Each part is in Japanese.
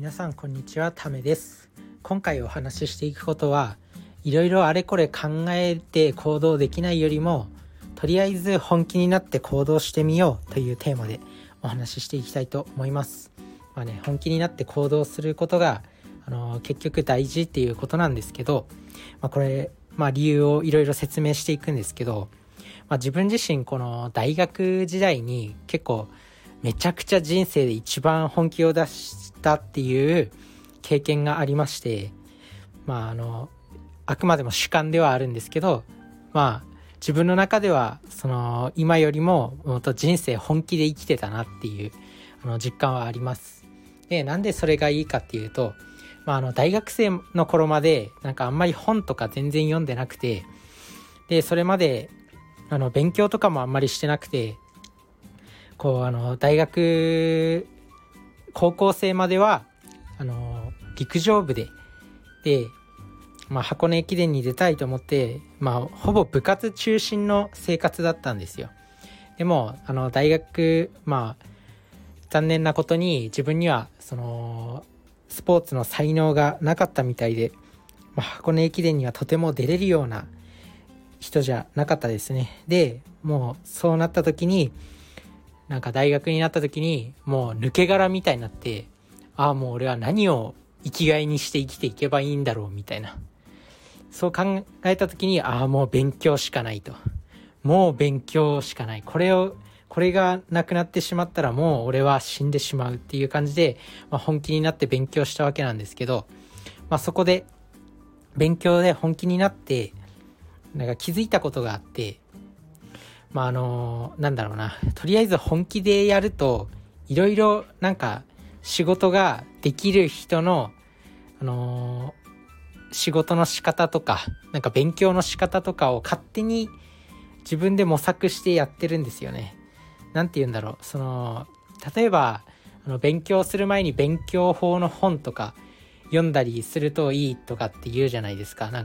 皆さんこんにちは、ためです。今回お話ししていくことはいろいろあれこれ考えて行動できないよりもとりあえず本気になって行動してみようというテーマでお話ししていきたいと思います。本気になって行動することが結局大事っていうことなんですけど、これ理由をいろいろ説明していくんですけど、自分自身この大学時代に結構めちゃくちゃ人生で一番本気を出したっていう経験がありまして、あくまでも主観ではあるんですけど、自分の中では今よりももっと人生本気で生きてたなっていう実感はあります。で、なんでそれがいいかっていうと、大学生の頃まであんまり本とか全然読んでなくて、でそれまで勉強とかもあんまりしてなくて、大学高校生までは陸上部で箱根駅伝に出たいと思って、ほぼ部活中心の生活だったんですよ。でも大学残念なことに自分にはスポーツの才能がなかったみたいで、箱根駅伝にはとても出れるような人じゃなかったですね。でもうそうなった時に大学になった時にもう抜け殻みたいになって、もう俺は何を生きがいにして生きていけばいいんだろうみたいな、そう考えた時にもう勉強しかないと、もう勉強しかない、これがなくなってしまったらもう俺は死んでしまうっていう感じで、本気になって勉強したわけなんですけど、そこで勉強で本気になって気づいたことがあって、とりあえず本気でやるといろいろ仕事ができる人の仕事の仕方とか勉強の仕方とかを勝手に自分で模索してやってるんですよね。例えば勉強する前に勉強法の本とか読んだりするといいとかって言うじゃないですか。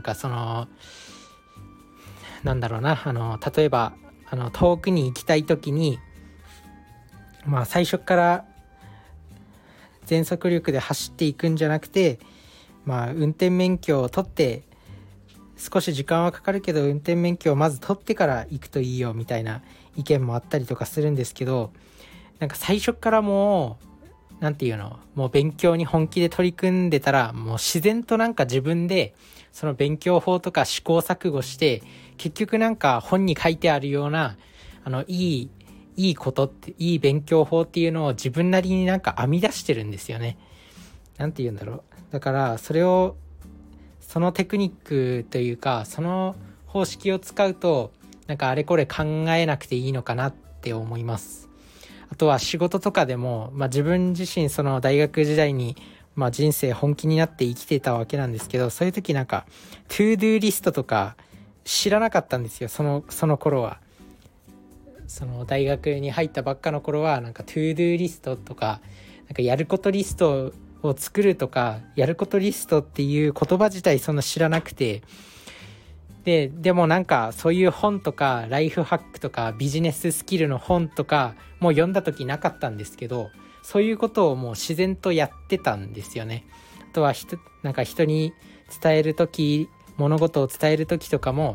例えば遠くに行きたい時に最初から全速力で走っていくんじゃなくて、運転免許を取って少し時間はかかるけど運転免許をまず取ってから行くといいよみたいな意見もあったりとかするんですけど、最初からもう勉強に本気で取り組んでたらもう自然と自分でその勉強法とか試行錯誤して結局本に書いてあるようないいことっていい勉強法っていうのを自分なりに編み出してるんですよね。だからそのテクニックというかその方式を使うとあれこれ考えなくていいのかなって思います。あとは仕事とかでも、自分自身その大学時代に人生本気になって生きてたわけなんですけど、そういう時トゥードゥーリストとか知らなかったんですよ。その頃は大学に入ったばっかの頃はトゥードゥーリストとかやることリストを作るとか、やることリストっていう言葉自体そんな知らなくて、でもそういう本とかライフハックとかビジネススキルの本とかもう読んだ時なかったんですけど、そういうことをもう自然とやってたんですよね。あとは人に伝える時、物事を伝える時とかも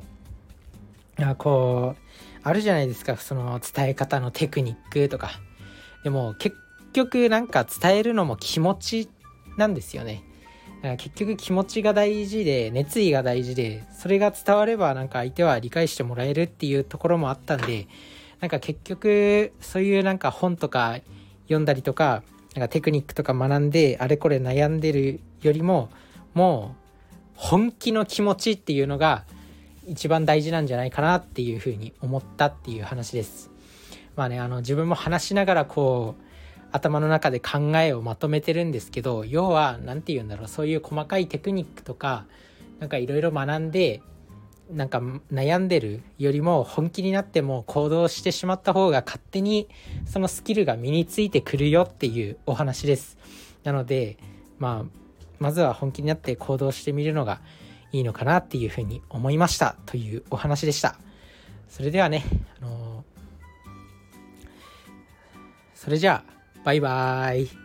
あるじゃないですか、その伝え方のテクニックとか。でも結局伝えるのも気持ちなんですよね。結局気持ちが大事で熱意が大事で、それが伝われば相手は理解してもらえるっていうところもあったんで、結局そういう本とか読んだりとかテクニックとか学んであれこれ悩んでるよりももう本気の気持ちっていうのが一番大事なんじゃないかなっていうふうに思ったっていう話です。自分も話しながら頭の中で考えをまとめてるんですけど、要はそういう細かいテクニックとかいろいろ学んで悩んでるよりも本気になっても行動してしまった方が勝手にそのスキルが身についてくるよっていうお話です。なのでまずは本気になって行動してみるのがいいのかなっていうふうに思いましたというお話でした。それではね、それじゃあバイバーイ。